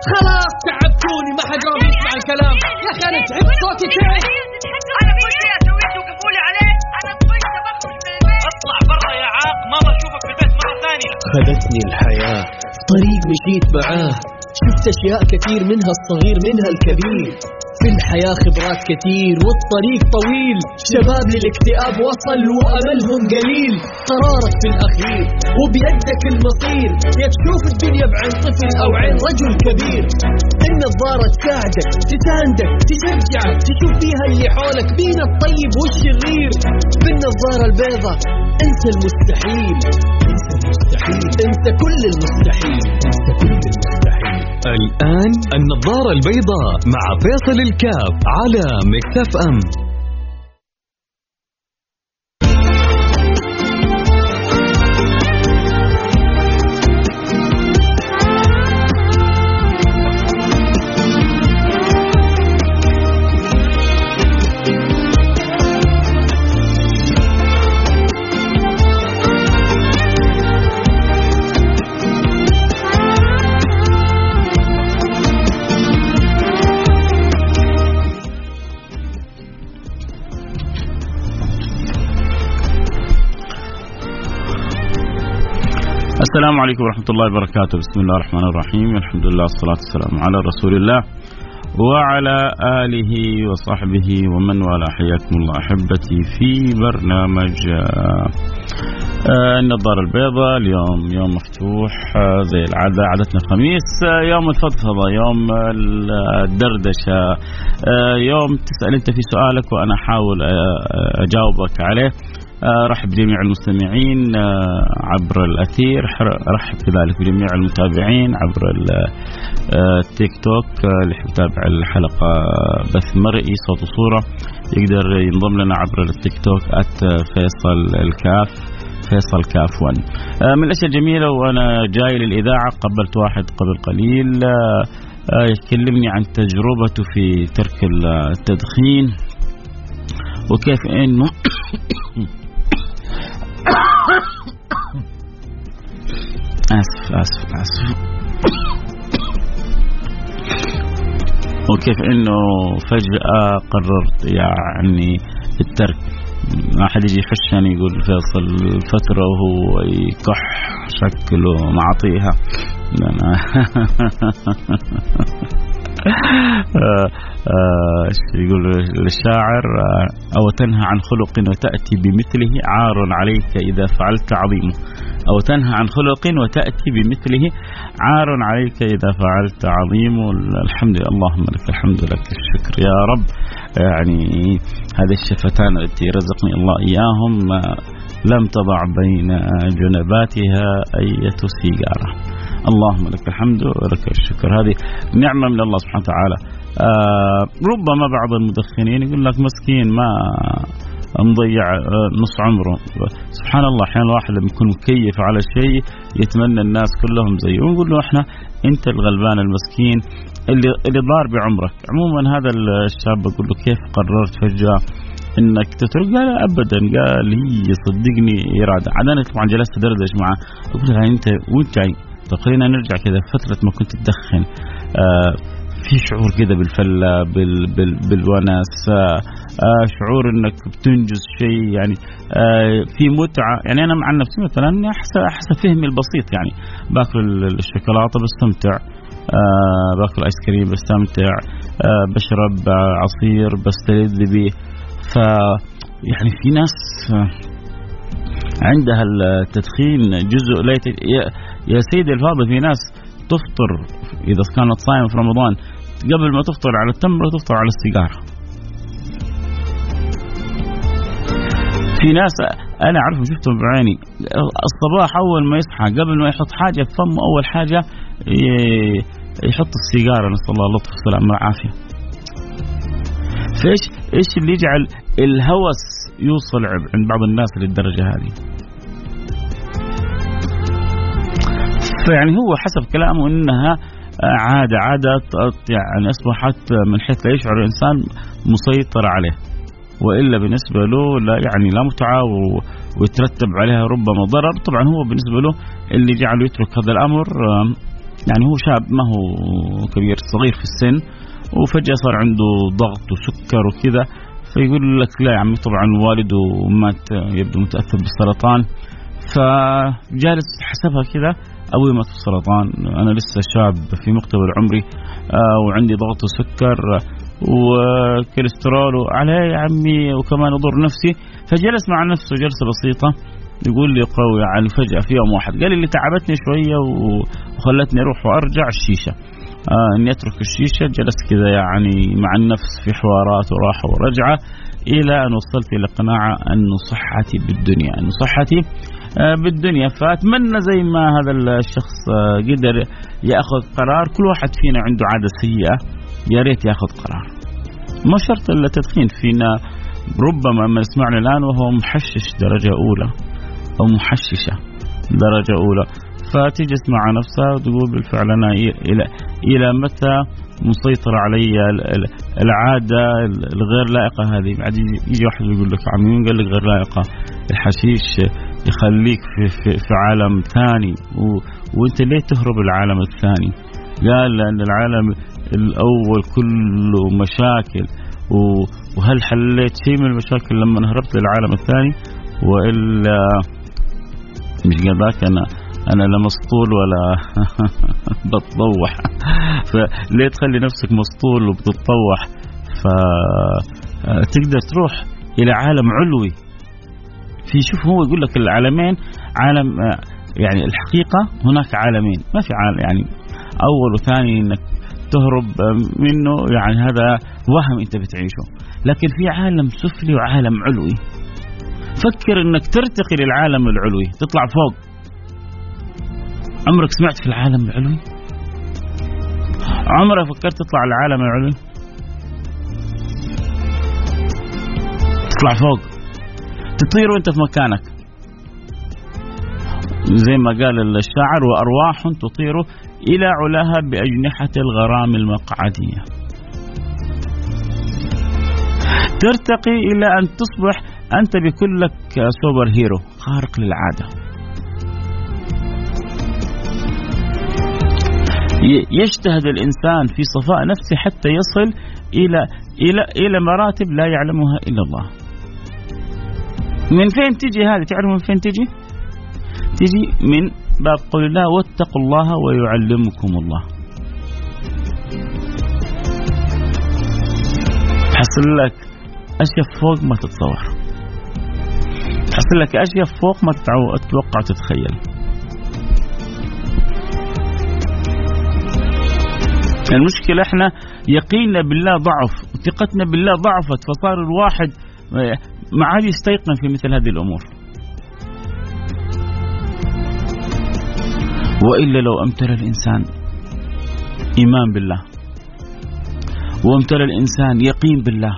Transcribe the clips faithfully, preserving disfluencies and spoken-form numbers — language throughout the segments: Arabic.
خلاص تعبتوني ما حد راضي يسمع الكلام. يا أخي أنا تعبت صوتي تعب. أنا كل شيء أسويه توقفوا لي عليه. أنا طفشت بخرج من البيت. أطلع برا يا عاق ما بشوفك في البيت مرة ثانية. خذتني الحياة طريق مشيت معاه، شفت أشياء كثير منها الصغير منها الكبير. في الحياة خبرات كثير والطريق طويل، شباب للاكتئاب وصل وأملهم قليل. قرارك في الأخير وبيدك المصير، يا تشوف الدنيا بعين طفل أو عين رجل كبير. النظارة تساعدك تساندك تشجعك، تشوف فيها اللي حولك بين الطيب والشرير. بالنظارة البيضاء انسى المستحيل، انسى المستحيل، انسى كل المستحيل، انسى كل المستحيل. الآن النظارة البيضاء مع فيصل الكاف على ميكس اف ام. السلام عليكم ورحمة الله وبركاته. بسم الله الرحمن الرحيم، الحمد لله والصلاة والسلام على رسول الله وعلى آله وصحبه ومن والاه. حياكم الله أحبتي في برنامج النظارة البيضاء. اليوم يوم مفتوح زي العادة، عادتنا الخميس، يوم الفضفضة، يوم الدردشة، يوم تسأل أنت في سؤالك وأنا أحاول أجاوبك عليه. رحب بجميع المستمعين عبر الأثير، رحب كذلك بجميع المتابعين عبر التيك توك. اللي يحب يتابع الحلقة بث مرئي صوت وصورة يقدر ينضم لنا عبر التيك توك @فيصل الكاف، فيصل كاف ون. من الأشياء الجميلة وأنا جاي للإذاعة قبلت واحد قبل قليل يكلمني عن تجربته في ترك التدخين وكيف إنه آسف آسف آسف وكيف إنه فجأة قررت يعني الترك. ما حد يجي يحشني يقول فيصل فترة وهو يكح شكله معطيها. يقول الشاعر: أو تنهى عن خلق وتأتي بمثله عار عليك إذا فعلت عظيمه. أو تنهى عن خلق وتأتي بمثله عار عليك إذا فعلت عظيم. الحمد لله، اللهم لك الحمد لك الشكر يا رب. يعني هذه الشفتان التي رزقني الله إياهم لم تضع بين جنباتها أية سيجارة. اللهم لك الحمد ولك الشكر، هذه نعمة من الله سبحانه وتعالى. آه ربما بعض المدخنين يقول لك مسكين ما مضيع نص عمره. سبحان الله، أحيانا الواحد لما يكون مكيف على شيء يتمنى الناس كلهم زيه، ونقول له احنا انت الغلبان المسكين اللي اللي ضار بعمرك. عموما هذا الشاب بقول له كيف قررت فجأة انك تترك؟ قال ابدا، قال هي صدقني إرادة. عادة طبعا جلست أدردش معه قلت له انت وانت جاي تقريبا نرجع كذا فترة ما كنت تدخن، آه في شعور كذا بالفلة بال بال بالونس، آه آه شعور انك بتنجز شيء، يعني آه في متعة. يعني انا مع نفسي مثلا احس احس فهمي البسيط، يعني باكل الشوكولاتة بستمتع، آه باكل ايس كريم بستمتع، آه بشرب عصير بستلذ به. ف يعني في ناس عندها التدخين جزء لا يت... يا سيدي الفاضل، في ناس تفطر إذا كانت صايمة في رمضان قبل ما تفطر على التمر وتفطر على السيجارة. في ناس أنا أعرفهم شفتهم بعيني الصباح أول ما يصحى قبل ما يحط حاجة في فمه أول حاجة يحط السيجارة، نسأل الله اللطف والسلامة والعافية. فإيش إيش اللي يجعل الهوس يوصل عند بعض الناس للدرجة هذه؟ فيعني هو حسب كلامه إنها عادة عادة يعني أصبحت من حيث لا يشعر الإنسان مسيطر عليه، وإلا بالنسبة له لا يعني لا متعة ويترتب عليها ربما ضرر. طبعا هو بالنسبة له اللي جعله يترك هذا الأمر يعني هو شاب ما هو كبير، صغير في السن، وفجأة صار عنده ضغط وسكر وكذا، فيقول لك لا يا عمي طبعا والده مات يبدو متأثر بالسرطان، فجالس حسبها كذا أبوي مات بالسرطان، أنا لسه شاب في مقتبل عمري آه وعندي ضغط وسكر وكوليسترول وعليه يا عمي وكمان أضر نفسي. فجلس مع نفسه جلسة بسيطة يقول لي قوي يعني فجأة في يوم واحد قال لي اللي تعبتني شوية وخلتني أروح وأرجع الشيشة، آه إني أترك الشيشة. جلست كذا يعني مع النفس في حوارات وراحة ورجعة إلى أن وصلت إلى قناعة أن صحتي بالدنيا، أن صحتي آه بالدنيا. فأتمنى زي ما هذا الشخص آه قدر يأخذ قرار. كل واحد فينا عنده عادة سيئة يا ريت يأخذ قرار، ما شرط التدخين، فينا ربما ما نسمعنا الآن وهو محشش درجة أولى أو محششة درجة أولى، فتجلس مع نفسها وتقول بالفعل أنا إلى إلى متى مسيطر علي العادة الغير لائقة هذه. بعد يجي واحد يقول لك عمي مين قال لك غير لائقة؟ الحشيش يخليك في في, في عالم ثاني، و وأنت ليه تهرب العالم الثاني؟ قال لأن العالم الأول كله مشاكل، وهل حليت شيء من المشاكل لما هربت للعالم الثاني؟ وإلا مش قداك أنا أنا لا مسطول ولا بتطوح، فليه تخلي نفسك مسطول وبتتطوح؟ فتقدر تروح إلى عالم علوي. في شوف هو يقول لك العالمين، عالم يعني الحقيقة هناك عالمين، ما في عالم يعني أول وثاني إنك تهرب منه، يعني هذا وهم أنت بتعيشه، لكن في عالم سفلي وعالم علوي. فكر إنك ترتقي للعالم العلوي، تطلع فوق. عمرك سمعت في العالم العلوي؟ عمرك فكرت تطلع العالم العلوي؟ تطلع فوق، تطير وانت في مكانك، زي ما قال الشاعر وأرواح تطير إلى علاها بأجنحة الغرام المقعدية. ترتقي إلى أن تصبح أنت بكلك سوبر هيرو خارق للعادة. يجتهد الإنسان في صفاء نفسه حتى يصل إلى إلى إلى مراتب لا يعلمها إلا الله. من فين تجي هذه؟ تعرف من فين تجي؟ تجي من باب قول الله واتقوا الله ويعلمكم الله. حصل لك أشياء فوق ما تتصور، حصل لك أشياء فوق ما تتوقع تتخيل. المشكلة احنا يقيننا بالله ضعف وثقتنا بالله ضعفت، فصار الواحد ما عاد يستيقن في مثل هذه الأمور. وإلا لو أمتلأ الإنسان إيمان بالله وامتلأ الإنسان يقين بالله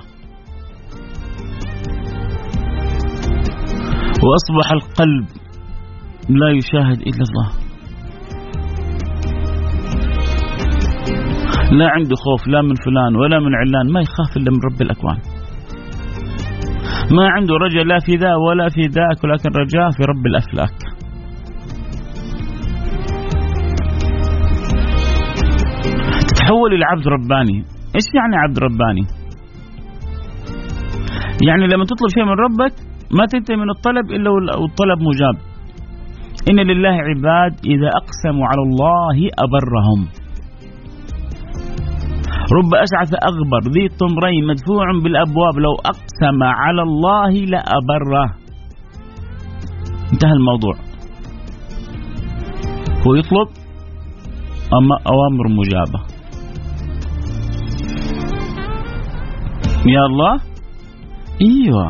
وأصبح القلب لا يشاهد إلا الله، لا عنده خوف لا من فلان ولا من علان، ما يخاف إلا من رب الأكوان، ما عنده رجاء لا في ذا ولا في ذاك، ولكن رجاء في رب الأفلاك. تتحول إلى عبد رباني. إيش يعني عبد رباني؟ يعني لما تطلب شيء من ربك ما تنتهي من الطلب إلا والطلب مجاب. إن لله عباد إذا أقسموا على الله أبرهم، رب أشعث أغبر ذي طمرين مدفوع بالأبواب لو أقسم على الله لأبره. انتهى الموضوع. هو يطلب أما أوامر مجابة. يا الله ايوه،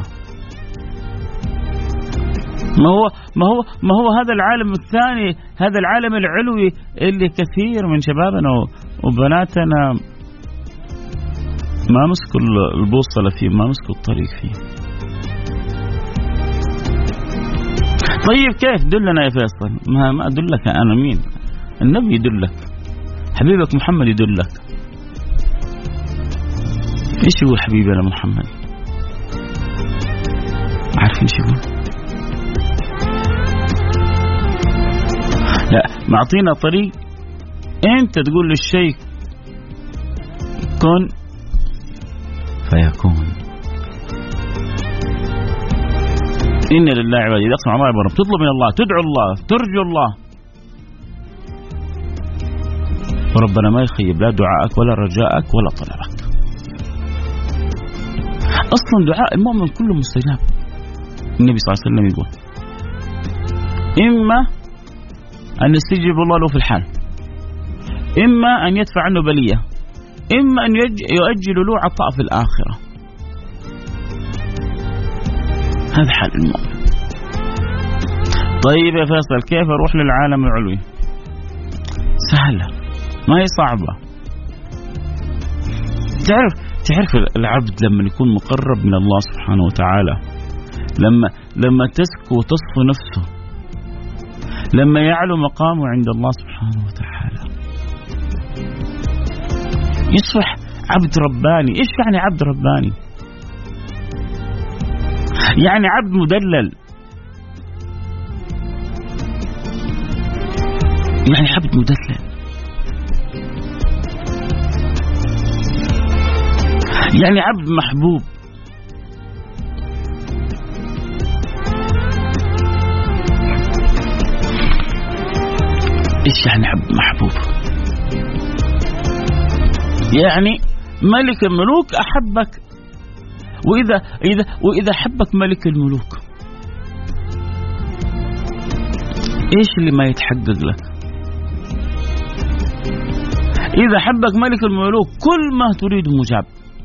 ما هو ما هو ما هو هذا العالم الثاني، هذا العالم العلوي اللي كثير من شبابنا وبناتنا ما مسكوا البوصلة فيه، ما مسكوا الطريق فيه. طيب كيف؟ دلنا يا فيصل. ما ما أدلك أنا مين؟ النبي يدلك، حبيبك محمد يدلك. إيش يقول حبيبنا محمد؟ عارفين إيش يقول؟ لا، معطينا طريق أنت تقول للشيء كن فيكون. إن لله عبادي إذا أقسموا على الله برا، تطلب من الله، تدعو الله، ترجو الله، وربنا ما يخيب لا دعاءك ولا رجاءك ولا طلبك. أصلا دعاء المؤمن كله مستجاب. النبي صلى الله عليه وسلم يقول إما أن يستجيب الله له في الحال، إما أن يدفع عنه بلية، إما أن يؤجل له عطاء في الآخرة. هذا حال المؤمن. طيب يا فيصل كيف أروح للعالم العلوي؟ سهلة، ما هي صعبة. تعرف تعرف العبد لما يكون مقرب من الله سبحانه وتعالى، لما لما تزكو وتصفو نفسه، لما يعلو مقامه عند الله سبحانه وتعالى، يصبح عبد رباني. إيش يعني عبد رباني؟ يعني عبد مدلل، يعني عبد مدلل، يعني عبد محبوب. إيش يعني عبد محبوب؟ يعني ملك الملوك أحبك، وإذا إذا وإذا حبك ملك الملوك، إيش اللي ما يتحقق لك؟ إذا حبك ملك الملوك كل ما تريد مجاب.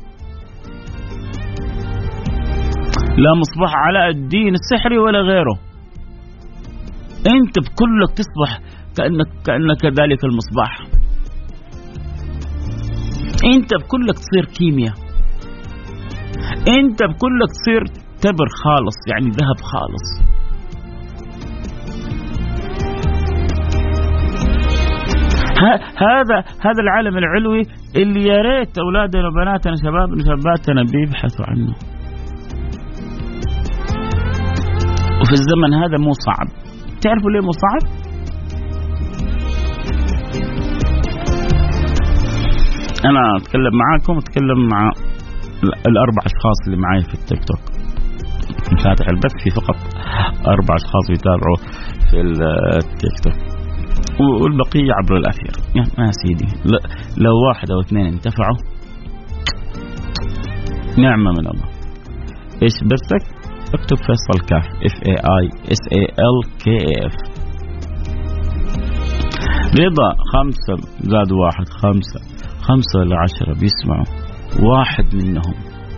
لا مصباح علاء الدين السحري ولا غيره، أنت بكلك تصبح كأنك كأنك ذلك المصباح. أنت بكلك تصير كيمياء، أنت بكلك تصير تبر خالص، يعني ذهب خالص. هذا هذا العالم العلوي اللي يا ريت أولادنا وبناتنا شبابنا وشاباتنا بيبحثوا عنه. وفي الزمن هذا مو صعب. تعرفوا ليه مو صعب؟ أنا أتكلم معاكم، أتكلم مع الأربع أشخاص اللي معي في التيك توك. فاتح البث في فقط أربع أشخاص يتابعوا في التيك توك، والبقية عبر الأثير. يعني ما سيدي، لو واحد أو اثنين انتفعوا نعمة من الله. إيش بثك؟ اكتب فيصل كاف F A I S A L K A F. رضا خمسة زاد واحد خمسة، خمسة ولا عشرة بيسمعوا، واحد منهم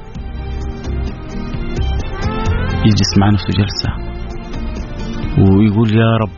يجلس مع نفسه جلسة ويقول يا رب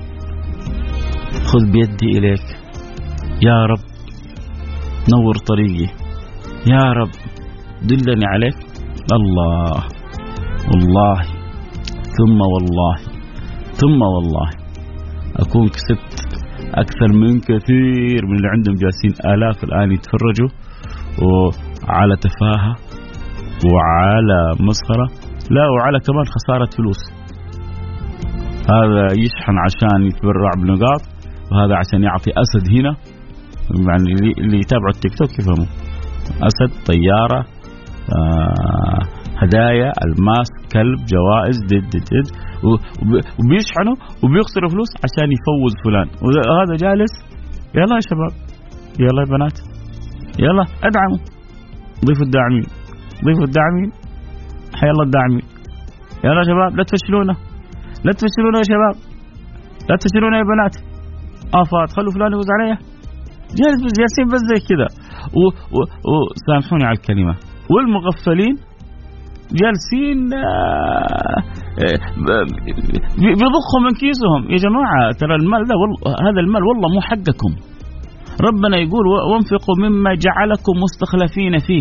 خذ بيدي إليك، يا رب نور طريقي، يا رب دلني عليك. الله والله ثم والله ثم والله أكون كسبت أكثر من كثير من اللي عندهم جالسين آلاف الآن يتفرجوا وعلى تفاهة وعلى مسخرة، لا وعلى كمان خسارة فلوس. هذا يشحن عشان يتبرع بنقاط، وهذا عشان يعطي أسد هنا. يعني اللي يتابعوا التيك توك يفهموا، أسد، طيارة، آه هدايا، الماس، كلب، جوائز، دد دد دد، وبيشحنوا وبيخسروا فلوس عشان يفوز فلان، وهذا جالس. يلا يا شباب، يلا يا بنات، يلا ادعموا، ضيفوا الداعمين، ضيفوا الداعمين، حيا الله الداعمين. يلا يا شباب لا تفشلونا، لا تفشلونا يا شباب، لا تفشلونا يا بنات. آفات خلوا فلان يفوز عليا، جالس بس جالسين بس زي كذا. وسامحوني على الكلمة، والمغفلين جالسين بيضخوا من كيسهم. يا جماعة ترى المال ده والله، هذا المال والله مو حقكم. ربنا يقول وانفقوا مما جعلكم مستخلفين فيه.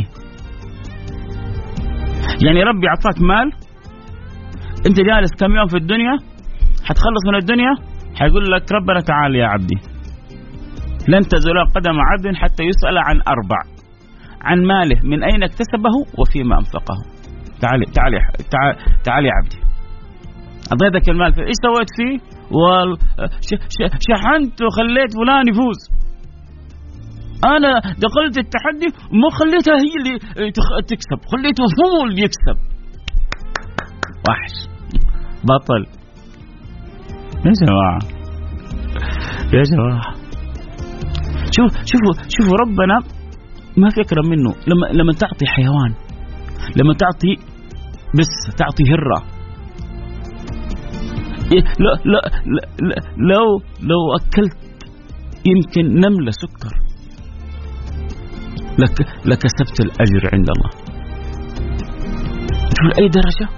يعني ربي أعطاك مال، أنت جالس كم يوم في الدنيا، حتخلص من الدنيا حيقول لك ربنا تعال يا عبدي، لن تزول قدم عبد حتى يسأل عن أربع: عن ماله، من أين اكتسبه، وفيما أنفقه. تعالي تعالي تعالي, تعالي يا عبدي، أعطيتك المال، إيش سويت فيه؟ وشحنت وخليت فلان يفوز. أنا دخلت التحدي وما خليتها هي اللي تكسب، خليته هو اللي يكسب. وحش بطل. يا جماعة يا جماعة شوف شوفوا شوفوا ربنا ما في أكرم منه. لما لما تعطي حيوان، لما تعطي بس تعطي هرة، لا لا لا لو لو أكلت يمكن نملة سكر لك لكسبت الأجر عند الله. شوف أي درجة،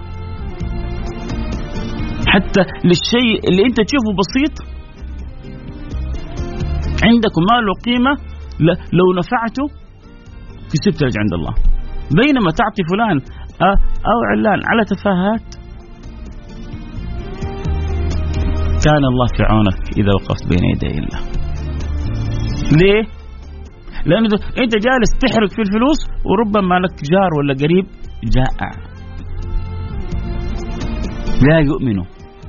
حتى للشيء اللي أنت تشوفه بسيط عندك وما له قيمة لو نفعته كسبت الأجر عند الله. بينما تعطي فلان أو علان على تفاهات كان الله في عونك إذا وقفت بين يدي الله. ليه؟ لأنه أنت جالس تحرق في الفلوس وربما لك جار ولا قريب جائع لا يؤمنوا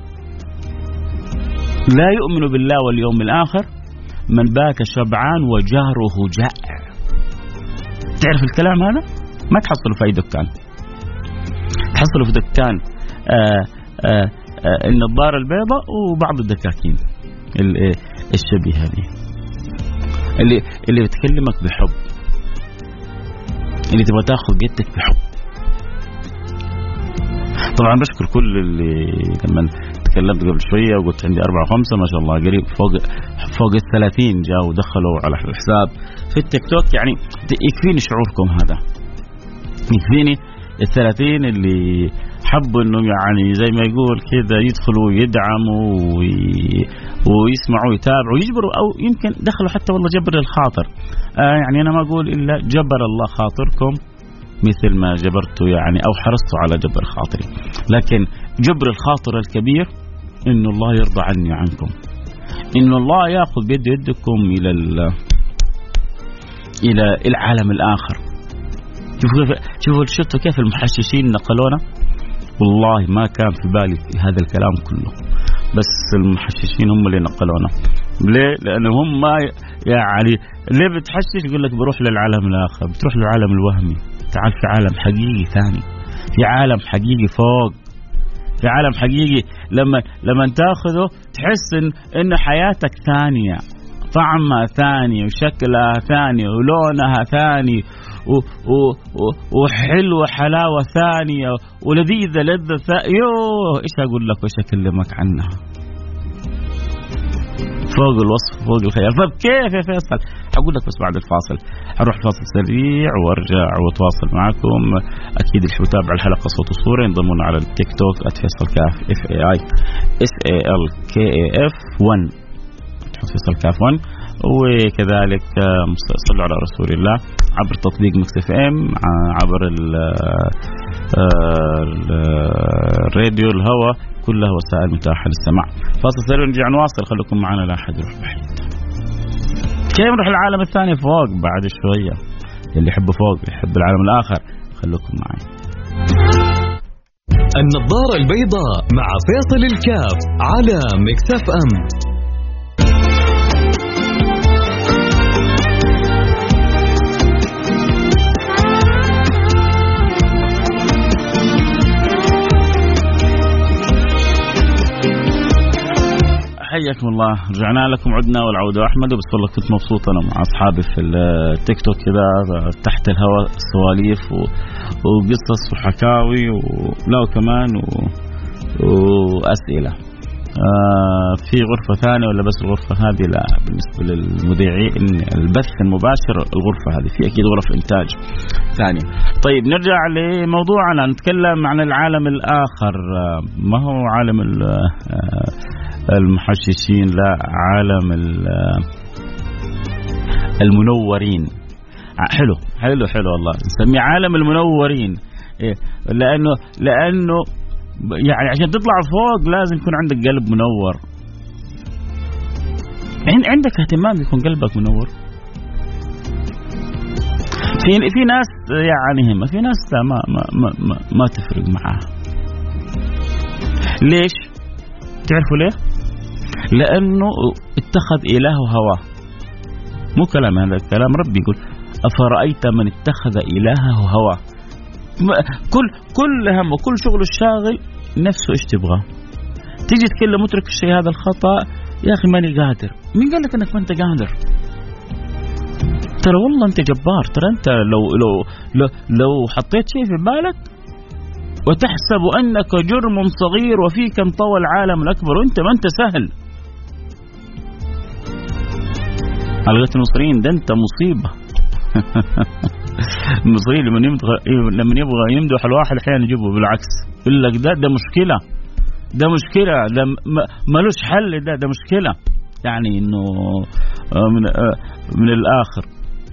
لا يؤمن بالله واليوم الآخر، من بات شبعان وجاره جائع. تعرف الكلام هذا؟ ما تحصله في أي دكان، تحصله في دكان آآ آآ آآ النظارة البيضاء وبعض الدكاكين الشبيهة هذه اللي اللي بتكلمك بحب، اللي تبغى تاخذ جدتك بحب. طبعا بشكر كل اللي لما تكلمت قبل شوية وقلت عندي أربعة وخمسة ما شاء الله قريب فوق فوق الثلاثين جاءوا ودخلوا على الحساب في التيك توك. يعني يكفيني شعوركم هذا، يكفيني الثلاثين اللي حبوا انه يعني زي ما يقول كذا يدخلوا يدعموا ويسمعوا ويتابعوا ويجبروا، او يمكن دخلوا حتى والله جبر الخاطر. آه يعني انا ما اقول الا جبر الله خاطركم مثل ما جبرتوا يعني او حرصتوا على جبر خاطري. لكن جبر الخاطر الكبير انه الله يرضى عني وعنكم، انه الله ياخذ بيد يدكم الى الى العالم الاخر. شوفوا شوفوا شفتوا كيف المحششين نقلونا. والله ما كان في بالي هذا الكلام كله، بس المحششين هم اللي نقلونا. ليه؟ لأنهم ما يعني ليه بتحشش؟ يقول لك بروح للعالم الآخر، بتروح للعالم الوهمي. تعال في عالم حقيقي ثاني، في عالم حقيقي فوق، في عالم حقيقي لما لما تاخذه تحس إن إن حياتك ثانية، طعمها ثاني وشكلها ثاني ولونها ثاني وحلوة حلاوة ثانية ولذيذة لذة ثانية. يوه إيش أقول لك وإيش أكلمك عنها؟ فوق الوصف فوق الخيال. طب كيف يا فيصل؟ أقول لك بس بعد الفاصل. هروح فاصل سريع وارجع واتواصل معكم. أكيد اللي بتابع الحلقة صوت وصورة ينضمون على التيك توك @فيصل كاف اف اي اي اس اي ال كي اي اف واحد فيصل كاف واحد، وكذلك صلوا على رسول الله عبر تطبيق ميكس اف ام، عبر الراديو الهواء، كلها وسائل متاحة للسماع. فاصل سريع نرجع نواصل، خليكم معنا لا أحد يروح بعيد. كيف نروح العالم الثاني فوق بعد شوية؟ اللي يحب فوق يحب العالم الآخر، خليكم معي. النظارة البيضاء مع فيصل الكاف على ميكس اف ام. حياكم الله، رجعنا لكم عدنا والعودة أحمد. بس والله كنت مبسوط أنا مع أصحابي في التيك توك كذا تحت الهواء، سواليف وقصص وحكاوي ولا كمان وأسئلة. آه في غرفة ثانية ولا بس الغرفة هذه؟ لا، بالنسبة للمذيعين البث المباشر الغرفة هذه، في أكيد غرف إنتاج ثانية. طيب نرجع لموضوعنا، نتكلم عن العالم الآخر. ما هو عالم المحششين، لا، عالم المنورين. حلو حلو حلو والله، نسميه عالم المنورين. لأنه لأنه يعني عشان تطلع فوق لازم يكون عندك قلب منور. عندك اهتمام يكون قلبك منور. في في ناس يعني هم في ناس ما ما ما, ما, ما تفرق معها. ليش؟ تعرفوا ليه؟ لأنه اتخذ إله هواه. مو كلام هذا الكلام ربي يقول أفرأيت من اتخذ إلهه هواه. كل كل هم وكل شغل الشاغل نفسه إيش تبغى. تيجي تكلم اترك الشيء هذا الخطأ، يا أخي ماني قادر. مين قال لك أنك ما أنت قادر؟ ترى والله أنت جبار. ترى أنت لو لو لو, لو حطيت شيء في بالك وتحسب أنك جرم صغير وفيك انطوى العالم الأكبر وأنت ما أنت سهل. على المصريين ده أنت مصيبة. المصريين لما يبغى لما يبغى يمدح الواحد أحيانا يجيبه بالعكس، يقول لك ده ده مشكلة، ده مشكلة، ده ملوش حل، ده ده مشكلة. يعني إنه من من الآخر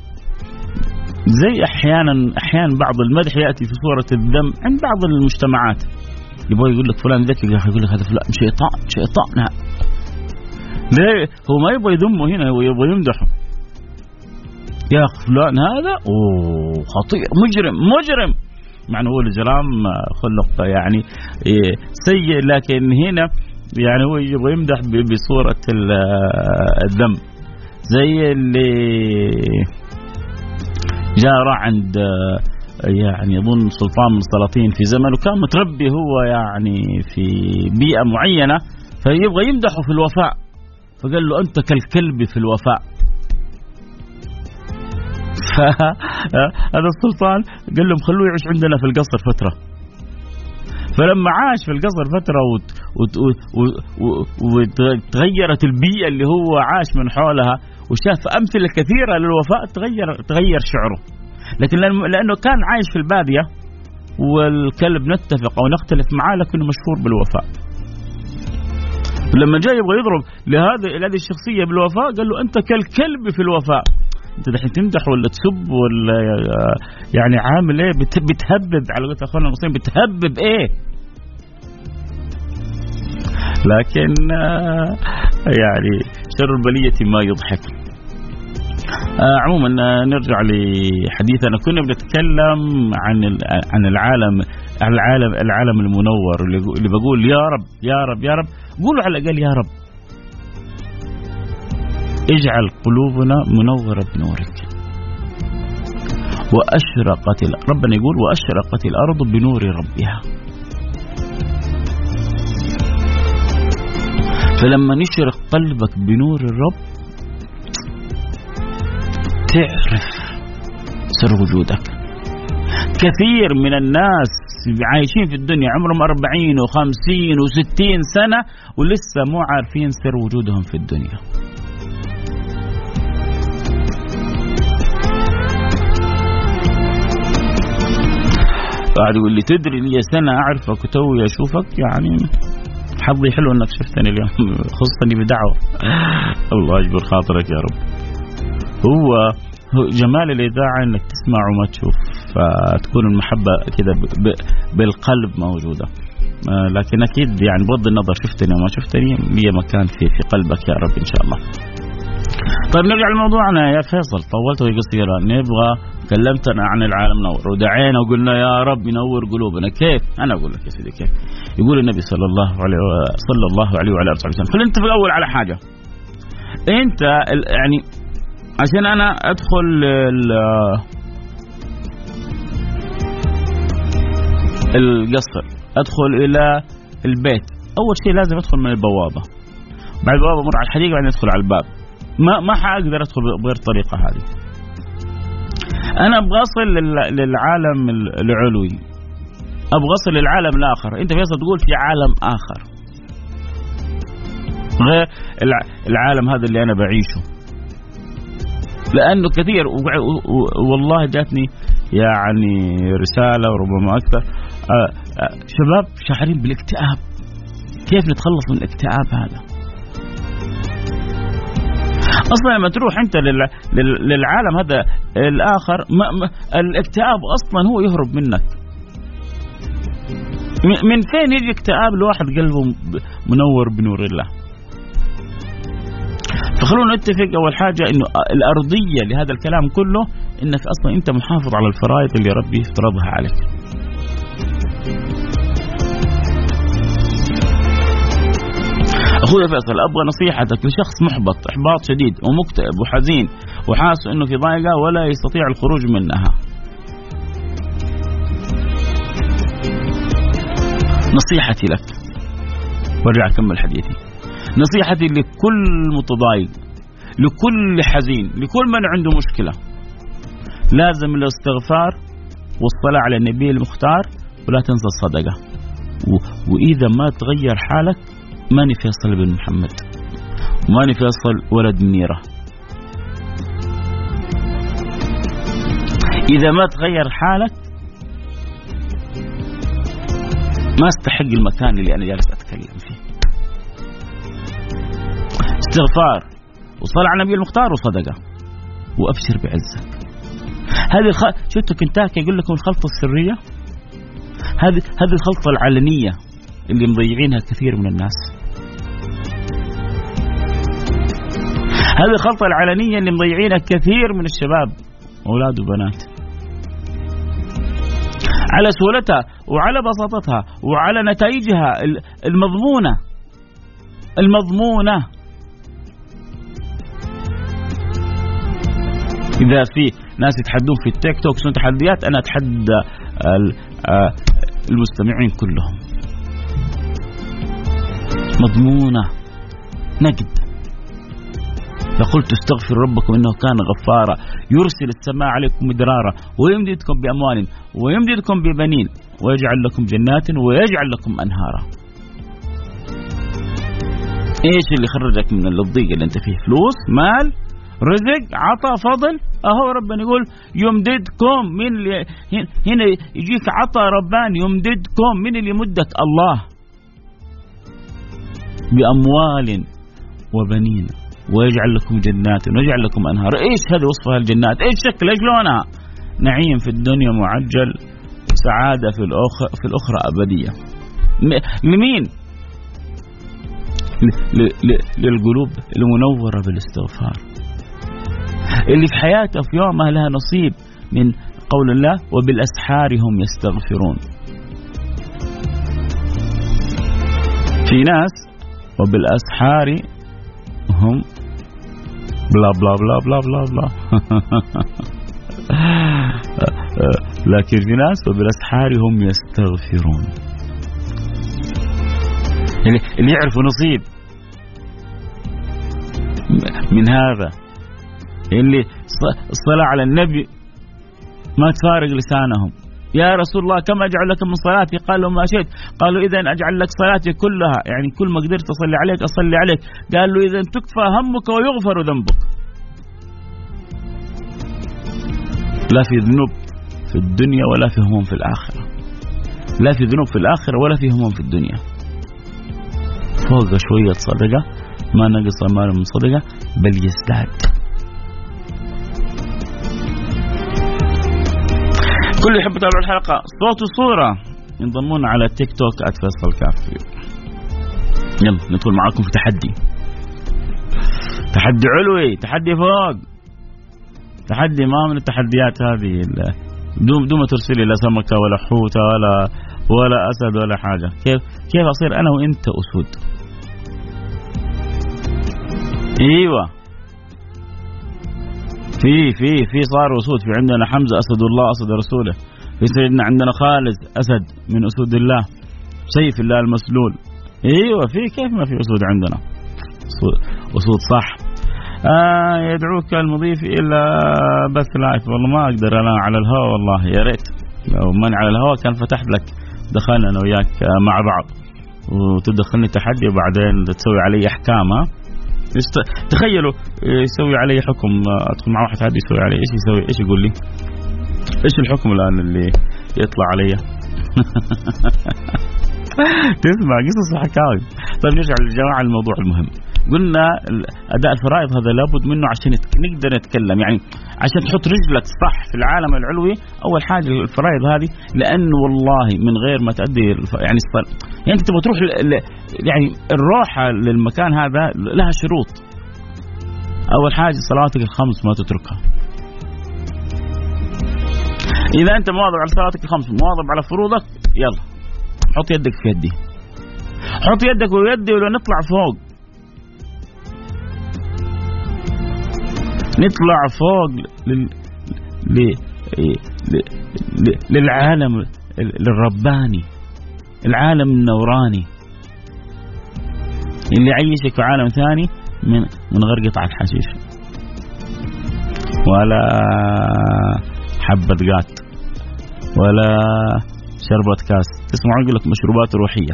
زي أحيانا أحيانا بعض المدح يأتي في صورة الذم عند بعض المجتمعات. يبغى يقول لك فلان ذكي، يقول لك هذا فلان شيطان شيطان. ليه هو ما يبغى يذمه هنا، هو يبغى يمدحه. يا فلان هذا أوه خطير مجرم مجرم، مع أنه هو الإجرام خلق يعني سيء، لكن هنا يعني هو يبغى يمدح بصورة الذم. زي اللي جاء عند يعني يظن سلطان من السلاطين في زمن، وكان متربي هو يعني في بيئة معينة، فيبغى يمدحه في الوفاء، فقال له أنت كالكلب في الوفاء. فهذا السلطان قال لهم خلوه يعيش عندنا في القصر فترة. فلما عاش في القصر فترة وتغيرت البيئة اللي هو عاش من حولها وشاف أمثلة كثيرة للوفاء، تغير تغير شعره. لكن لأنه كان عايش في البادية والكلب نتفق أو نختلف معاه لكنه مشهور بالوفاء، لما جاء يبغى يضرب لهذا لهذه الشخصية بالوفاء قال له أنت كالكلب في الوفاء. أنت دحين تمدح ولا تسب ولا يعني عامل إيه؟ بتهبب على قولة أخواننا المسلمين، بتهبب إيه؟ لكن يعني شر البلية ما يضحك. عموما نرجع لحديثنا، كنا بنتكلم عن عن العالم العالم العالم المنور اللي بقول يا رب يا رب يا رب، قولوا على الأقل يا رب اجعل قلوبنا منورة بنورك وأشرقت ربنا يقول وأشرقت الأرض بنور ربها. فلما نشرق قلبك بنور الرب تعرف سر وجودك. كثير من الناس عايشين في الدنيا عمرهم أربعين وخمسين وستين سنة ولسه مو عارفين سر وجودهم في الدنيا. قاعد يقول لي تدري لي سنة أعرفك وتوي أشوفك، يعني حظي حلو أنك شفتني اليوم خصني بدعوة. الله يجبر خاطرك يا رب. هو جمال الإذاعة أنك تسمع وما تشوف، فتكون المحبة كذا بالقلب موجودة. لكن أكيد يعني بغض النظر شفتني وما شفتني لي مكان في في قلبك يا رب إن شاء الله. طيب نرجع لموضوعنا يا فيصل، طولت وقصيرة. نبغى كلمتنا عن العالم نور ودعينا وقلنا يا رب ينور قلوبنا. كيف؟ أنا أقول لك يا سيدي كيف. يقول النبي صلى الله عليه صلى الله عليه وعلى آله وسلم. خلينا نتفق الأول على حاجة. أنت يعني عشان أنا أدخل القصر أدخل إلى البيت، أول شيء لازم أدخل من البوابة، بعد البوابة أمر على الحديقة بعدين أدخل على الباب. ما ما حأقدر أدخل بغير الطريقة هذه. أنا أبغى أصل للعالم العلوي، أبغى أصل للعالم الآخر. أنت فيصل تقول في عالم آخر غير العالم هذا اللي أنا بعيشه، لأنه كثير والله جاتني يعني رسالة وربما أكثر شباب شاعرين بالاكتئاب. كيف نتخلص من الاكتئاب هذا؟ أصلا لما تروح أنت للعالم هذا الآخر ما ما الاكتئاب أصلا هو يهرب منك. من فين يجي اكتئاب لواحد قلبه منور بنور الله؟ فخلونا نتفق أول حاجة إنه الأرضية لهذا الكلام كله إنك أصلا أنت محافظ على الفرائض اللي ربي افترضها عليك. أخوي فيصل أبغى نصيحتك لشخص محبط إحباط شديد ومكتئب وحزين وحاسس أنه في ضائقة ولا يستطيع الخروج منها. نصيحتي لك، وارجع أكمل حديثي، نصيحتي لكل متضايق، لكل حزين، لكل من عنده مشكلة، لازم الاستغفار والصلاة على النبي المختار، ولا تنسى الصدقة. وإذا ما تغير حالك ماني فيصل بن محمد، ماني فيصل ولد منيرة. إذا ما تغير حالك ما استحق المكان اللي أنا جالس أتكلم فيه. استغفار وصلاة على النبي المختار وصدقة، وأبشر بعزك. هذه الخ... شفتوا كنتاكي يقول لكم الخلطة السرية، هذه هذه الخلطة العلنية اللي مضيعينها كثير من الناس. هذه الخلطة العلنية اللي مضيعينها كثير من الشباب أولاد وبنات، على سهولتها وعلى بساطتها وعلى نتائجها المضمونة المضمونة. إذا في ناس يتحدون في التيك توك سنة تحديات، أنا أتحدى المستمعين كلهم. مضمونة نقد. فقلت استغفر ربكم إنه كان غفارا يرسل السماء عليكم مدرارا ويمددكم بأموال ويمددكم ببنين ويجعل لكم جنات ويجعل لكم أنهارا. إيش اللي خرجك من الضيق اللي أنت فيه؟ فلوس، مال، رزق، عطاء، فضل. أهو ربنا يقول يمددكم. من اللي هنا يجيك عطاء رباني يمددكم، من اللي يمدك؟ الله، بأموال وبنين ويجعل لكم جنات ويجعل لكم أنهار. إيش هذه وصفها الجنات؟ إيش شكل؟ إيش لونها؟ نعيم في الدنيا معجل، سعادة في الأخرى في الأخرى أبدية. لمين؟ للقلوب المنورة بالاستغفار، اللي في حياته في يومها لها نصيب من قول الله وبالأسحار هم يستغفرون. في ناس وبالأسحار هم بلا بلا بلا بلا بلا بلا لكن في ناس وبالأسحار هم يستغفرون، يعني اللي يعرفوا نصيب من هذا، اللي الصلاة على النبي ما تفارق لسانهم. يا رسول الله كم أجعل لك من صلاتي؟ قالوا ما شئت. قالوا إذن أجعل لك صلاتي كلها، يعني كل ما قدرت أصلي عليك أصلي عليك. قال له إذن تكفى همك ويغفر ذنبك. لا في ذنوب في الدنيا ولا في هموم في الآخرة، لا في ذنوب في الآخرة ولا في هموم في الدنيا. فوق شوية صدقة ما نقص مال من صدقة بل يزداد. كل يحب يتابع الحلقة صوت وصورة ينضمون على تيك توك @فيصل كاف. يلا ندخل معاكم في تحدي، تحدي علوي، تحدي فوق، تحدي ما من التحديات هذه دوم دوم ترسلي لا سمكة ولا حوتة ولا ولا أسد ولا حاجة. كيف كيف أصير أنا وإنت أسود؟ ايوه في في في صار اسود. في عندنا حمزه اسد الله اسد رسوله، في سيدنا عندنا خالد اسد من اسود الله، سيف الله المسلول. ايوه في، كيف ما في اسود عندنا؟ اسود صح. آه يدعوك المضيف الى بث لايف. والله ما اقدر انا على الهواء، والله يا ريت لو ماني على الهواء كان فتحت لك، دخلنا انا وياك مع بعض وتدخلني تحدي وبعدين تسوي علي احكام. ها تخيلوا يسوي علي حكم، ادخل مع واحد حد يسوي علي ايش يسوي؟ ايش يقول لي؟ ايش الحكم الان اللي يطلع علي؟ تسمع قصص وحكاوي. طيب نرجع للجماعه الموضوع المهم. قلنا اداء الفرائض هذا لابد منه عشان نقدر نتكلم، يعني عشان تحط رجلك صح في العالم العلوي. اول حاجه الفرائض هذه، لان والله من غير ما تؤدي يعني الصلاة، يعني انت تبغى تروح يعني الروحه للمكان هذا لها شروط. اول حاجه صلاتك الخمس ما تتركها. اذا انت مواظب على صلاتك الخمس، مواظب على فروضك، يلا حط يدك في يدي، حط يدك ويدي ولو نطلع فوق. نطلع فوق لل... ل... ل... ل... للعالم الرباني، العالم النوراني اللي يعيشك في عالم ثاني من من غير قطعة حشيش ولا حبة قات ولا شربة كاس. تسمعوا يقول لك مشروبات روحية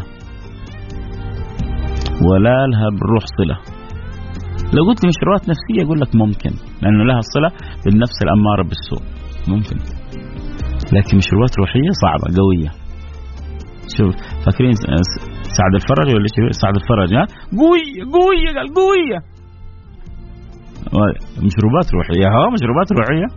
ولا لها بالروح صلة. لو قلت لي مشروبات نفسية أقول لك ممكن، لأنه لها صلة بالنفس الأمارة بالسوء ممكن، لكن مشروبات روحية صعبة قوية. شوف فاكرين سعد الفرج ولا شو؟ سعد الفرج ها قوية قوية قال قوية. مشروبات روحية ها مشروبات روحية،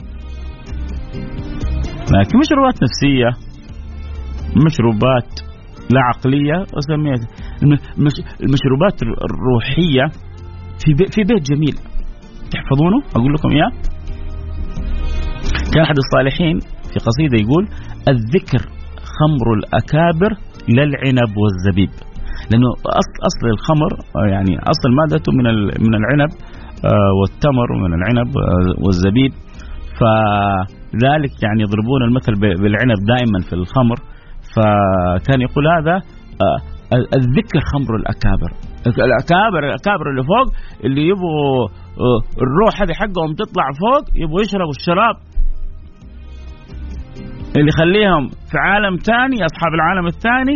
لكن مشروبات نفسية مشروبات لا عقلية أسميها المشروبات الروحية. في في بيت جميل تحفظونه أقول لكم إياه. كان أحد الصالحين في قصيدة يقول: الذكر خمر الأكابر لا العنب والزبيب. لأنه أصل أصل الخمر يعني أصل مادته من من العنب والتمر ومن العنب والزبيب، فذلك يعني يضربون المثل بالعنب دائما في الخمر. فكان يقول هذا الذكر خمر الأكابر. الأكابر الأكابر اللي فوق اللي يبغوا الروح هذه حقهم تطلع فوق يبغوا يشربوا الشراب اللي يخليهم في عالم ثاني، أصحاب العالم الثاني.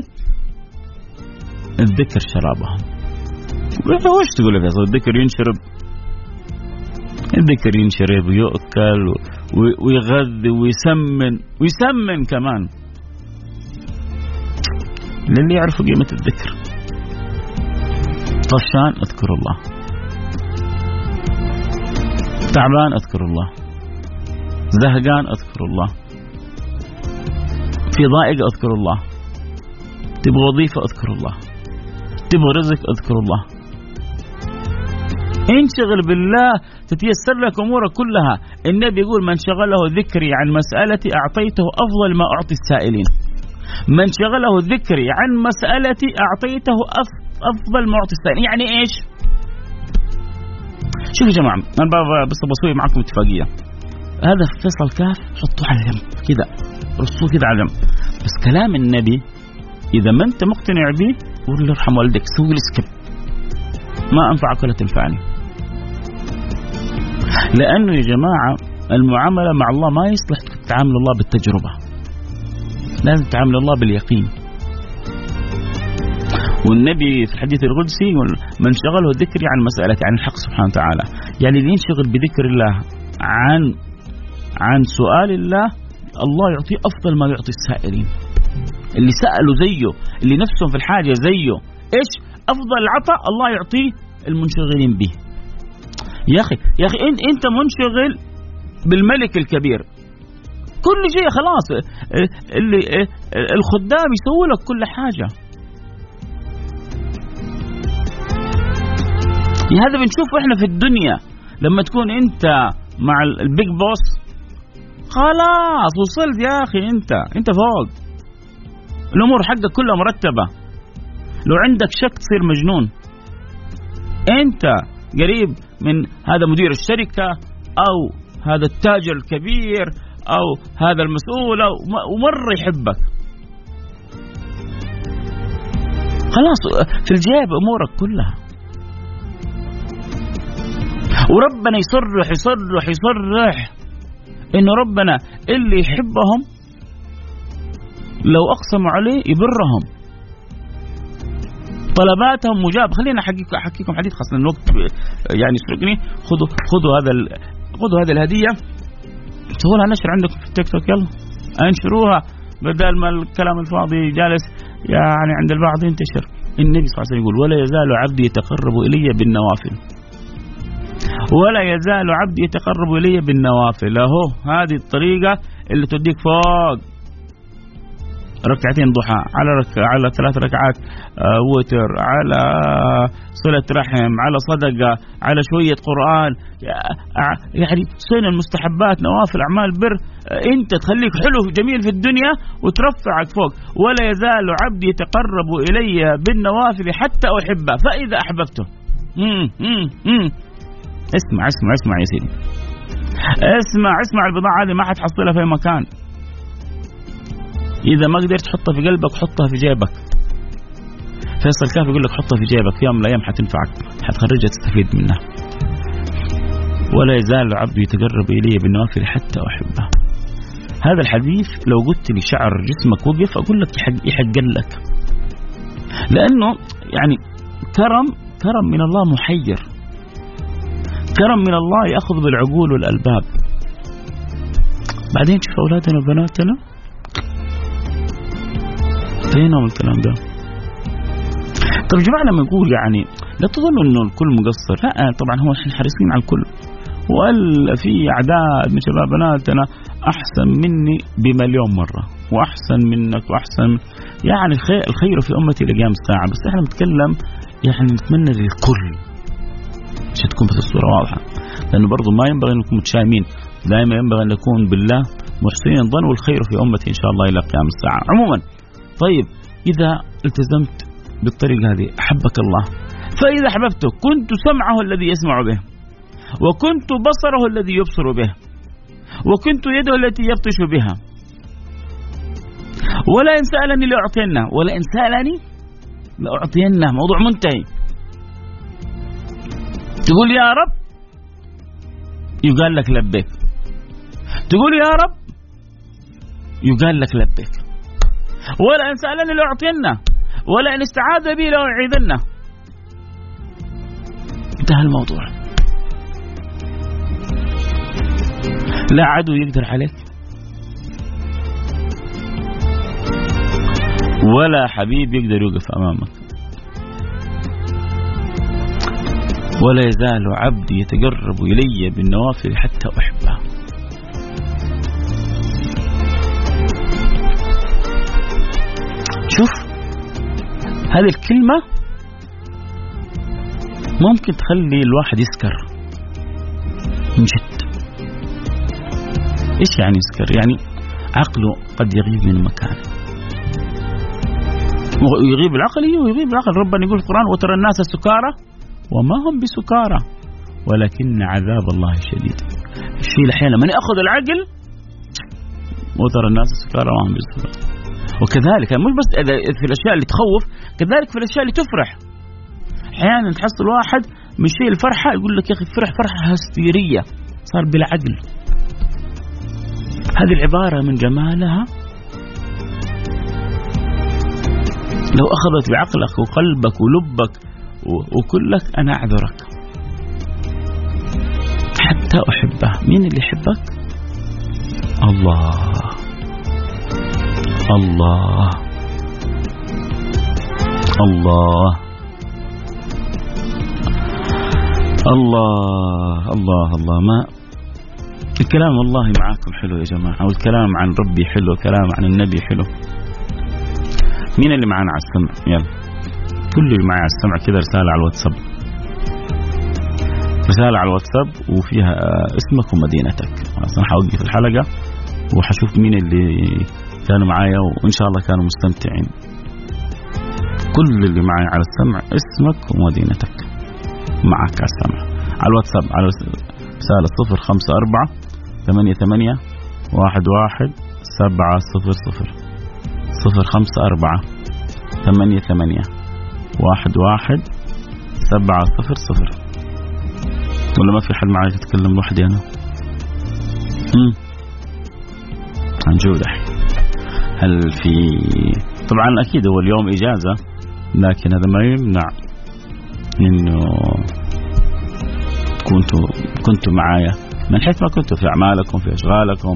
الذكر شرابهم. وش تقول يا فيصل؟ الذكر ينشرب، الذكر ينشرب ويؤكل ويغذي ويسمن ويسمن كمان للي يعرفوا قيمة الذكر. طفشان أذكر الله، تعبان أذكر الله، زهقان أذكر الله، في ضائق أذكر الله، تبغى وظيفة أذكر الله، تبغى رزق أذكر الله. انشغل بالله تتيسر لك أمورك كلها. النبي يقول: من شغله ذكري عن مسألتي أعطيته أفضل ما أعطي السائلين. من شغله ذكري عن مسألتي أعطيته أفضل ما أعطي السائلين. يعني إيش؟ شوفوا يا جماعة، أنا بس بسوي معكم اتفاقية. هذا فيصل كاف حطوه على جنب كذا، رصوه كذا على جنب. بس كلام النبي إذا ما أنت مقتنع به قول له ارحم والدك، سوي لي سكيب، ما أنفعك ولا تنفعني. لأنه يا جماعة المعاملة مع الله ما يصلح تعامل الله بالتجربة، لازم تعامل الله باليقين. والنبي في الحديث القدسي يقول: من شغله ذكري عن مسألتي، عن الحق سبحانه وتعالى. يعني اللي ينشغل بذكر الله عن عن سؤال الله، الله يعطيه أفضل ما يعطي السائلين. اللي سألوا زيه، اللي نفسهم في الحاجة زيه، إيش أفضل العطاء؟ الله يعطيه المنشغلين به. يا أخي يا أخي أنت منشغل بالملك الكبير، كل شيء خلاص، اللي الخدام يسووا لك كل حاجة. هذا بنشوفه إحنا في الدنيا. لما تكون أنت مع البيج بوس خلاص وصلت يا أخي، أنت أنت فوق، الأمور حقك كلها مرتبة. لو عندك شك تصير مجنون. أنت قريب من هذا مدير الشركة أو هذا التاجر الكبير أو هذا المسؤول ومرة يحبك، خلاص في الجيب أمورك كلها. وربنا يصرح يصرح يصرح إنه ربنا اللي يحبهم لو أقسموا عليه يبرهم، طلباتهم مجاب. خلينا أحكيكم أحكيكم حديث، خاصة الوقت يعني يسرقني. خذوا خذوا هذا خذوا هذه الهدية، سووا نشر عندكم في التيك توك، يلا انشروها بدل ما الكلام الفاضي جالس يعني عند البعض ينتشر. النبي صلى الله عليه وسلم يقول: ولا يزال عبدي يتقرب إلي بالنوافل، ولا يزال عبدي يتقرب إلي بالنوافل. أهو هذه الطريقة اللي توديك فوق. ركعتين ضحى، على رك... على ثلاث ركعات آه وتر، على صلة رحم، على صدقة، على شوية قرآن، يعني سنن المستحبات، نوافل، أعمال بر، آه أنت تخليك حلو جميل في الدنيا وترفعك فوق. ولا يزال عبدي يتقرب إلي بالنوافل حتى أحبه فإذا أحببته. مم مم مم. اسمع اسمع اسمع يا سيدي، اسمع اسمع البضاعة هذه ما حتحصلها في مكان. إذا ما قدرت تحطها في قلبك حطها في جيبك. فيصل كاف يقول لك حطها في جيبك، في يوم من الأيام حتنفعك، حتخرجها تستفيد منها. ولا يزال العبد يتقرب إلي بالنوافل حتى أحبه. هذا الحديث لو قلت لي شعر جسمك وقف أقول لك يحق لك، لأنه يعني كرم كرم من الله محير، كرم من الله يأخذ بالعقول والألباب. بعدين شوف أولادنا وبناتنا فينهم الكلام ده؟ طب يا جماعة لما نقول يعني لا تظنوا إنه الكل مقصر، لا طبعا هو إحنا حريصين على الكل، ولا في أعداد من شباب بناتنا أحسن مني بمليون مرة وأحسن منك وأحسن، يعني الخير, الخير في أمتي لقيام الساعة. بس إحنا نتكلم يعني نتمنى للكل عشان تكون بس الصورة واضحة، لأنه برضو ما ينبغي أن نكون متشائمين، دائما ينبغي أن نكون بالله محسنين الظن، والخير في أمتي إن شاء الله إلى قيام الساعة. عموما طيب إذا التزمت بالطريقة هذه أحبك الله، فإذا أحببته كنت سمعه الذي يسمع به، وكنت بصره الذي يبصر به، وكنت يده التي يبطش بها، ولا إن سألني لأعطينه، ولا إن سألني لأعطينه. موضوع منتهي. تقول يا رب يقال لك لبيك، تقول يا رب يقال لك لبيك، ولا إن سألني لأعطينه، ولا إن استعاذ بي لأعيذنه. انتهى الموضوع. لا عدو يقدر عليك، ولا حبيب يقدر يوقف أمامك، ولا يزال عبدي يتقرب إلي بالنوافل حتى أحبه. شوف هذه الكلمة ممكن تخلي الواحد يسكر من جد. إيش يعني يسكر؟ يعني عقله قد يغيب من مكانه، ويغيب العقل ويغيب العقل. ربنا يقول في القرآن وترى الناس سكارى وما هم بسكارى ولكن عذاب الله شديد. الشيء أحيانا من يأخذ العقل وترى الناس سكارى وما هم بسكارى. وكذلك مش بس في الأشياء اللي تخوف، كذلك في الأشياء اللي تفرح. أحيانا تحصل واحد من شيء الفرحة يقول لك يا أخي فرح فرحة هستيرية، صار بالعقل. هذه العبارة من جمالها لو أخذت بعقلك وقلبك ولبك وكلك أنا أعذرك حتى أحبه. مين اللي يحبك؟ الله الله الله الله الله الله. ما الكلام والله معاكم حلو يا جماعة، والكلام عن ربي حلو، والكلام عن النبي حلو. مين اللي معنا على السمع؟ يلا كل اللي معي على السمع كذا رسالة على الواتساب، رسالة على الواتساب وفيها اسمك ومدينتك. أصلا حوقف الحلقة وحشوف مين اللي كانوا معايا وإن شاء الله كانوا مستمتعين. كل اللي معي على السمع اسمك ومدينتك معك على السمع على الواتساب على رسالة صفر خمسة أربعة ثمانية ثمانية واحد واحد سبعة صفر صفر صفر خمسة أربعة ثمانية ثمانية واحد واحد سبعة صفر صفر. ولا ما في حد معي يتكلم لوحدي أنا؟ امم هنجودح. هل في طبعا أكيد هو اليوم إجازة، لكن هذا ما يمنع إنه كنتوا كنتوا معايا من حيث ما كنتوا في أعمالكم في أشغالكم.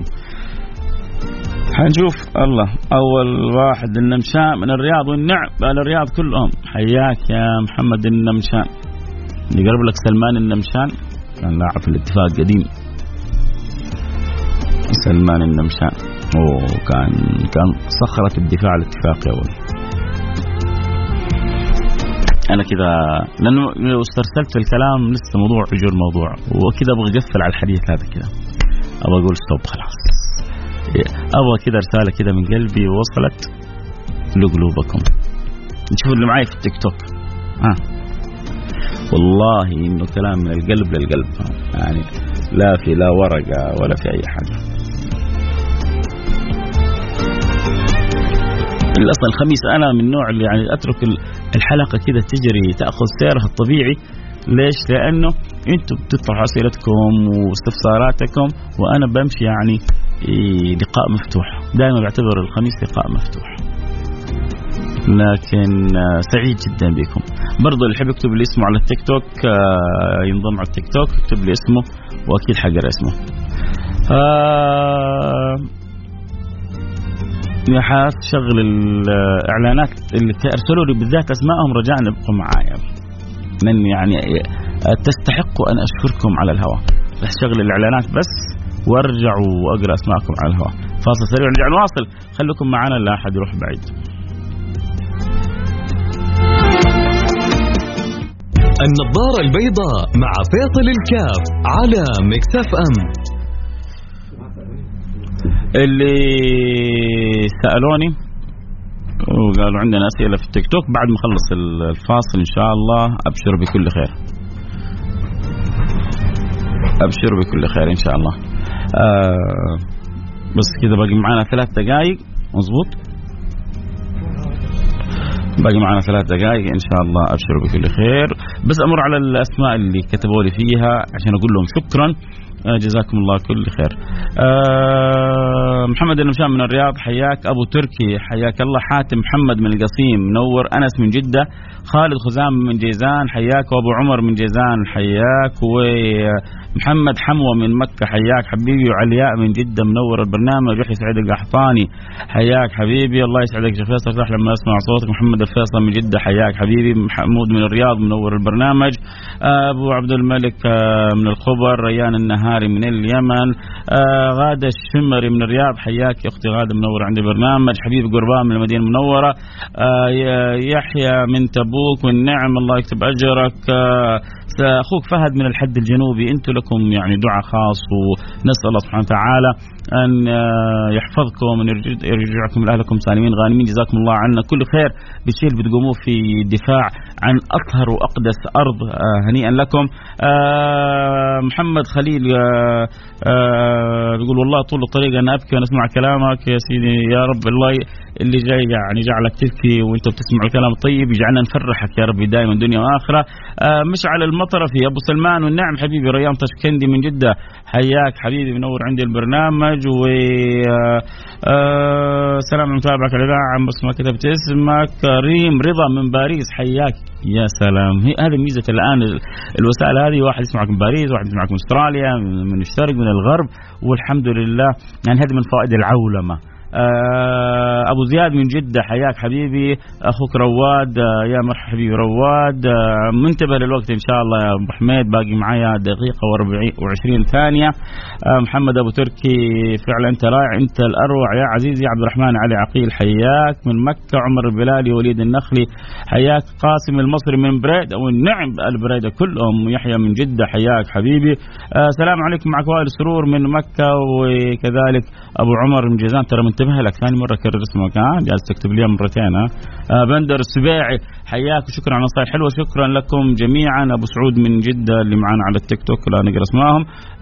هنشوف الله. أول واحد النمشان من الرياض والنعم على الرياض كلهم. حياك يا محمد النمشان. اللي قرب لك سلمان النمشان كان لاعب في الاتفاق قديم. سلمان النمشان وكان كان صخرة الدفاع الاتفاقي أول. أنا كذا لأنه لو استرسلت في الكلام لسه موضوع أجر موضوع، وكذا أبغى أقفل على الحديث هذا كذا، أبغى أقول ستوب خلاص. أبغى كذا رسالة كذا من قلبي وصلت لقلوبكم. نشوف اللي معي في التيك توك. آه. والله إنه كلام من القلب للقلب، يعني لا في لا ورقة ولا في أي حاجة. الأصل الخميس أنا من النوع اللي يعني أترك الحلقة كده تجري تأخذ سيرها الطبيعي. ليش؟ لأنه أنتم بتطرحوا أسئلتكم واستفساراتكم وأنا بمشي يعني لقاء مفتوح. دائما بعتبر الخميس لقاء مفتوح. لكن سعيد جدا بكم. برضو اللي يحب يكتب لي اسمه على التيك توك ينضم على التيك توك يكتب لي اسمه وأكيد حقر اسمه. آه يا حاس شغل الإعلانات اللي ترسلوا لي بالذات أسمائهم رجاء ابقوا معايا، لأن يعني تستحقوا أن أشكركم على الهواء. رح شغل الإعلانات بس وارجعوا وأقرأ أسماءكم على الهواء. فاصل سريع ونرجع نواصل. خليكم معنا لا أحد يروح بعيد. النظارة البيضاء مع فيصل الكاف على ميكس اف ام. اللي سألوني وقالوا عندنا أسئلة في التيك توك بعد ما نخلص الفاصل إن شاء الله أبشر بكل خير، أبشر بكل خير إن شاء الله. آه بس كده باقي معنا ثلاث دقائق مظبوط، باقي معنا ثلاث دقائق إن شاء الله أبشر بكل خير. بس أمر على الأسماء اللي كتبوا لي فيها عشان أقول لهم شكرا جزاكم الله كل خير. أه محمد المشام من الرياض حياك. أبو تركي حياك الله. حاتم محمد من القصيم منور. أنس من جدة. خالد خزام من جيزان حياك. وأبو عمر من جيزان حياك. ومحمد حموة من مكة حياك حبيبي. وعلياء من جدة منور البرنامج. يحيى سعيد القحطاني حياك حبيبي. الله يسعدك يا فيصل صح لما أسمع صوتك. محمد الفيصل من جدة حياك حبيبي. محمود من الرياض منور البرنامج. أبو عبد الملك من الخبر. ريان النهاري من اليمن. آه غادة الشمري من الرياض حياك يا أختي غادة منور عندي برنامج. حبيب قربان من المدينة المنورة. آه يحيى من تبوك والنعم الله يكتب أجرك. آه أخوك فهد من الحد الجنوبي. أنتم لكم يعني دعاء خاص ونسأل الله سبحانه وتعالى أن يحفظكم وأن يرجعكم لأهلكم سالمين غانمين. جزاكم الله عنا كل خير بالشيء اللي بتقوموه في الدفاع عن أطهر وأقدس أرض. آه هنيئا لكم. آه محمد خليل آه آه بيقول والله طول الطريق أنا أبكي ونسمع كلامك يا سيدي. يا رب الله اللي جاي يعني جعلك تبكي وانت بتسمع الكلام الطيب يجعلنا نفرحك يا رب دائما دنيا وآخرة. آه مشعل المطرفي أبو سلمان والنعم حبيبي. ريان تشكندي من جدة حياك حبيبي منور عندي البرنامج. و آه آه سلام متابعك الإذاعة بس ما كتبت اسمك. كريم رضا من باريس حياك. يا سلام هذه ميزة الآن الوسائل هذه، واحد يسمعك من باريس واحد يسمعك من أستراليا من الشرق من الغرب والحمد لله يعني هذه من فوائد العولمة. أبو زياد من جدة حياك حبيبي. أخوك رواد يا مرحبا حبيبي رواد. منتبه للوقت إن شاء الله يا أبو حميد باقي معايا دقيقة وعشرين ثانية. محمد أبو تركي فعلا أنت رائع أنت الأروع يا عزيزي. عبد الرحمن علي عقيل حياك من مكة. عمر البلالي وليد النخلي حياك. قاسم المصري من بريدة والنعم البريدة كلهم. يحيى من جدة حياك حبيبي. سلام عليكم معك وائل سرور من مكة. وكذلك أبو عمر من جيزان. ترى منتبه لك ثاني مرة كرر اسمك ها جالس تكتب لي مرتين ها. آه بندر السباعي حياك وشكرا على النصائح حلوة. شكرا لكم جميعا. أبو سعود من جدة اللي معنا على التيك توك لا نقرأ اسمائهم.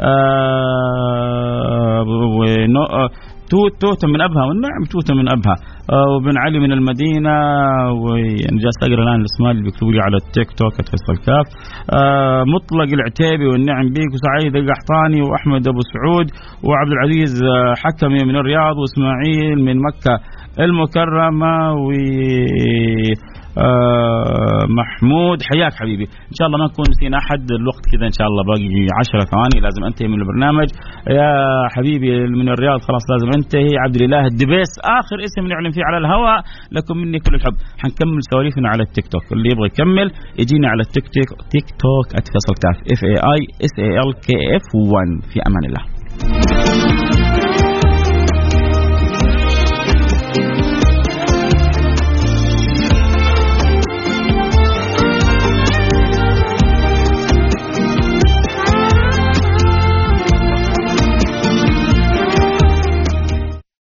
آه ونو آه توت توتة من أبها والنعم توتة من أبها. آه وبن علي من المدينة. وأنا جالس أقرأ الآن الأسماء اللي بيكتبوا لي على التيك توك فيصل كاف. آه مطلق العتيبي والنعم بيك. وسعيد القحطاني وأحمد أبو سعود وعبد العزيز حكمي من الرياض. وإسماعيل من مكة المكرمة. و آه محمود حياك حبيبي. إن شاء الله ما نكون نسينا أحد. الوقت كذا إن شاء الله باقي عشرة ثواني لازم أنتهي من البرنامج يا حبيبي من الرياض خلاص لازم أنتهي. عبد الله الدبيس آخر اسم نعلن فيه على الهواء. لكم مني كل الحب. حنكمل سواليفنا على التيك توك اللي يبغى يكمل يجينا على التيك توك تيك توك @فيصل كاف F A I S A L K F one. في أمان الله.